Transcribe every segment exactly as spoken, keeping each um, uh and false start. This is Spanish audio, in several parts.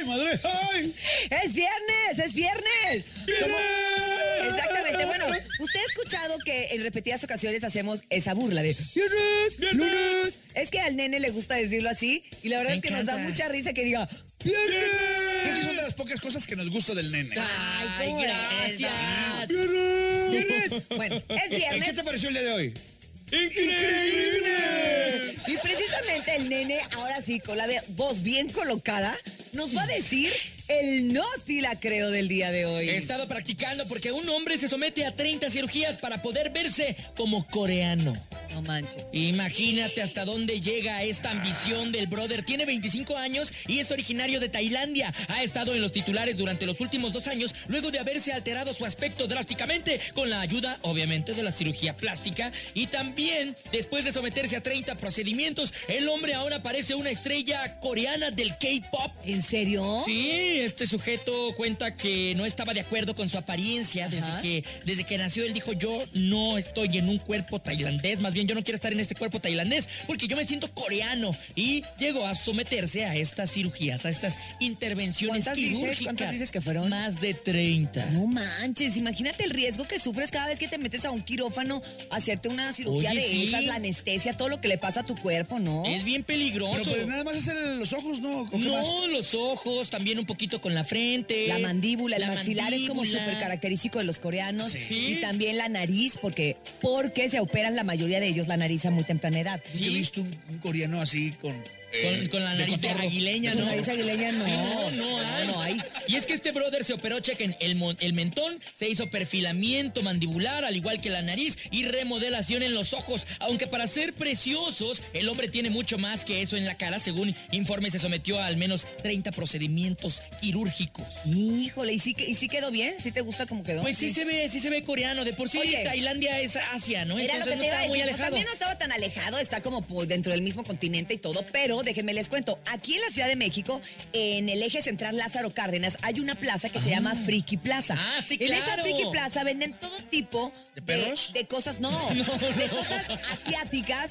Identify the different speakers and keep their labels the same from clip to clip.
Speaker 1: ¡Ay, madre! ¡Ay!
Speaker 2: ¡Es viernes! ¡Es viernes!
Speaker 1: ¡Viernes!
Speaker 2: Exactamente. Bueno, usted ha escuchado que en repetidas ocasiones hacemos esa burla de ¡Viernes!
Speaker 1: ¡Viernes!
Speaker 2: ¡Lunes! Es que al nene le gusta decirlo así y la verdad
Speaker 3: Me
Speaker 2: es que
Speaker 3: encanta.
Speaker 2: nos da mucha risa que diga ¡Viernes!
Speaker 1: Creo que son de las pocas cosas que nos gusta del nene.
Speaker 3: Ay,
Speaker 2: ¿cómo
Speaker 3: gracias.
Speaker 1: ¡Viernes!
Speaker 2: ¡Viernes! Bueno, es
Speaker 1: ¿Y qué
Speaker 2: viernes.
Speaker 1: te pareció el día de hoy?
Speaker 2: ¡Increíble! Y precisamente el nene, ahora sí, con la voz bien colocada, nos va a decir el no te la creo del día de hoy.
Speaker 3: He estado practicando porque un hombre se somete a treinta cirugías para poder verse como coreano.
Speaker 2: No manches.
Speaker 3: Imagínate hasta dónde llega esta ambición del brother. Tiene veinticinco años y es originario de Tailandia. Ha estado en los titulares durante los últimos dos años luego de haberse alterado su aspecto drásticamente con la ayuda, obviamente, de la cirugía plástica. Y también, después de someterse a treinta procedimientos, el hombre ahora parece una estrella coreana del K-pop.
Speaker 2: ¿En serio?
Speaker 3: Sí, este sujeto cuenta que no estaba de acuerdo con su apariencia desde
Speaker 2: Ajá.
Speaker 3: que, desde que nació. Él dijo, yo no estoy en un cuerpo tailandés, más bien yo no quiero estar en este cuerpo tailandés porque yo me siento coreano. Y llegó a someterse a estas cirugías, a estas intervenciones
Speaker 2: ¿Cuántas dices?
Speaker 3: quirúrgicas.
Speaker 2: ¿Cuántas dices que fueron?
Speaker 3: Más de treinta.
Speaker 2: No manches, imagínate el riesgo que sufres cada vez que te metes a un quirófano a hacerte una cirugía
Speaker 3: Oye,
Speaker 2: de
Speaker 3: sí.
Speaker 2: esas, la anestesia, todo lo que le pasa a tu cuerpo, ¿no?
Speaker 3: Es bien peligroso.
Speaker 1: Pero pues nada más hacer los ojos, ¿no? ¿O qué más?
Speaker 3: No, los ojos, también un poquito con la frente.
Speaker 2: La mandíbula, el
Speaker 3: la
Speaker 2: maxilar es como
Speaker 3: mandíbula.
Speaker 2: súper característico de los coreanos.
Speaker 3: Sí.
Speaker 2: Y también la nariz, porque, porque se operan la mayoría de ellos la nariz a muy temprana edad.
Speaker 1: Yo he visto un, un coreano así con...
Speaker 3: Con,
Speaker 1: eh,
Speaker 3: con la
Speaker 1: de
Speaker 3: nariz de
Speaker 1: cotorro.
Speaker 3: aguileña,
Speaker 2: Con
Speaker 3: ¿no?
Speaker 2: nariz aguileña, no.
Speaker 3: Sí, no, no hay.
Speaker 2: No, no hay.
Speaker 3: Y es que este brother se operó, chequen, el, mon- el mentón, se hizo perfilamiento mandibular, al igual que la nariz, y remodelación en los ojos. Aunque para ser preciosos, el hombre tiene mucho más que eso en la cara. Según informe, se sometió a al menos treinta procedimientos quirúrgicos.
Speaker 2: Híjole, ¿y sí, que- ¿y sí quedó bien? ¿Sí te gusta cómo quedó?
Speaker 3: Pues sí se ve, sí se ve coreano. De por sí,
Speaker 2: Oye.
Speaker 3: Tailandia es Asia, ¿no?
Speaker 2: Era lo
Speaker 3: Entonces
Speaker 2: que
Speaker 3: no
Speaker 2: te iba a
Speaker 3: estaba muy
Speaker 2: decir, pues,
Speaker 3: alejado.
Speaker 2: también no estaba tan alejado, está como pues, dentro del mismo continente y todo, pero déjenme les cuento, aquí en la Ciudad de México, en el eje central Lázaro Cárdenas, hay una plaza que se llama Friki Plaza.
Speaker 3: Ah, sí,
Speaker 2: En esa
Speaker 3: claro.
Speaker 2: Friki Plaza venden todo tipo
Speaker 1: ¿De perros?
Speaker 2: de cosas, no, de cosas asiáticas,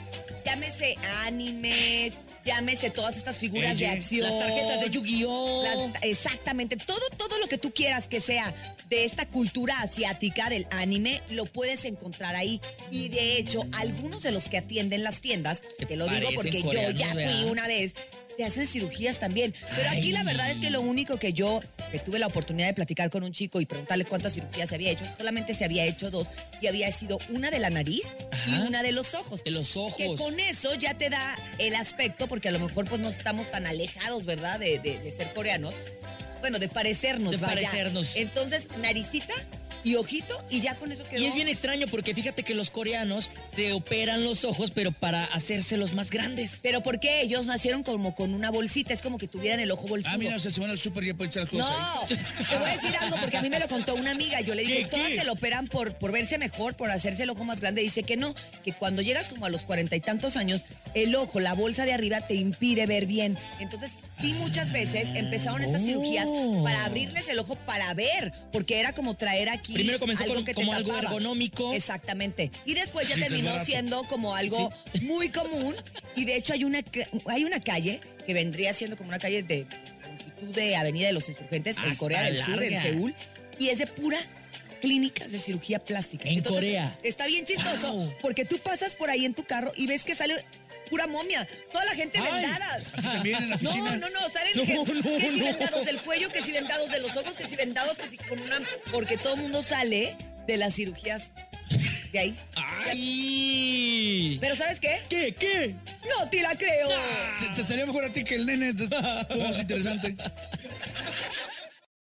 Speaker 2: llámese animes, llámese todas estas figuras
Speaker 1: Oye,
Speaker 2: de acción.
Speaker 3: Las tarjetas de Yu-Gi-Oh!
Speaker 2: Las- exactamente, todo, todo lo que tú quieras que sea de esta cultura asiática del anime, lo puedes encontrar ahí. Y de hecho, algunos de los que atienden las tiendas,
Speaker 3: Se
Speaker 2: te lo digo
Speaker 3: parecen
Speaker 2: porque yo
Speaker 3: coreanos,
Speaker 2: ya fui
Speaker 3: ¿verdad?
Speaker 2: una vez, se hacen cirugías también. Pero aquí
Speaker 3: Ay.
Speaker 2: la verdad es que lo único que yo, que tuve la oportunidad de platicar con un chico y preguntarle cuántas cirugías se había hecho, solamente se había hecho dos y había sido una de la nariz y
Speaker 3: Ajá.
Speaker 2: una de los ojos.
Speaker 3: De los ojos.
Speaker 2: Que con eso ya te da el aspecto, porque a lo mejor pues no estamos tan alejados, ¿verdad? De, de- de ser coreanos. Bueno, de parecernos,
Speaker 3: De
Speaker 2: vaya.
Speaker 3: parecernos.
Speaker 2: Entonces, naricita y ojito y ya con eso quedó.
Speaker 3: Y es bien extraño porque fíjate que los coreanos se operan los ojos, pero para hacérselos más grandes.
Speaker 2: Pero ¿por qué? Ellos nacieron como con una bolsita, es como que tuvieran el ojo bolsudo.
Speaker 1: Ah, mira, o sea, se van al súper y ya pueden echar cosas
Speaker 2: No,
Speaker 1: ahí.
Speaker 2: te voy a decir algo porque a mí me lo contó una amiga. Yo le dije,
Speaker 1: ¿Qué,
Speaker 2: todas
Speaker 1: qué?
Speaker 2: se lo operan por, por verse mejor, por hacerse el ojo más grande. Dice que no, que cuando llegas como a los cuarenta y tantos años, el ojo, la bolsa de arriba te impide ver bien. Entonces, sí, muchas veces empezaron estas
Speaker 3: Oh.
Speaker 2: cirugías para abrirles el ojo para ver, porque era como traer aquí
Speaker 3: Primero comenzó
Speaker 2: algo
Speaker 3: con-
Speaker 2: que te
Speaker 3: como algo
Speaker 2: tapaba.
Speaker 3: ergonómico.
Speaker 2: Exactamente. Y después ya
Speaker 1: Sí,
Speaker 2: terminó
Speaker 1: barato.
Speaker 2: siendo como algo muy común. Y de hecho hay una, ca- hay una calle que vendría siendo como una calle de longitud de Avenida de los Insurgentes en
Speaker 3: Hasta
Speaker 2: Corea del Sur, en
Speaker 3: larga.
Speaker 2: Seúl. Y es de pura clínicas de cirugía plástica.
Speaker 3: En Corea.
Speaker 2: Está bien chistoso,
Speaker 3: Wow.
Speaker 2: porque tú pasas por ahí en tu carro y ves que sale pura momia, toda la gente
Speaker 3: Ay.
Speaker 2: vendada.
Speaker 1: Aquí también en la oficina.
Speaker 2: No, no, no, salen
Speaker 3: No,
Speaker 2: gente-
Speaker 3: no,
Speaker 2: que si
Speaker 3: no.
Speaker 2: vendados del cuello, que si vendados de los ojos, que si vendados, que si con una... Porque todo el mundo sale de las cirugías de ahí.
Speaker 3: ¡Ay!
Speaker 2: Pero ¿sabes qué?
Speaker 3: ¿Qué? ¿Qué?
Speaker 2: No te la creo.
Speaker 1: Te, te salió mejor a ti que el nene. Estuvo más interesante.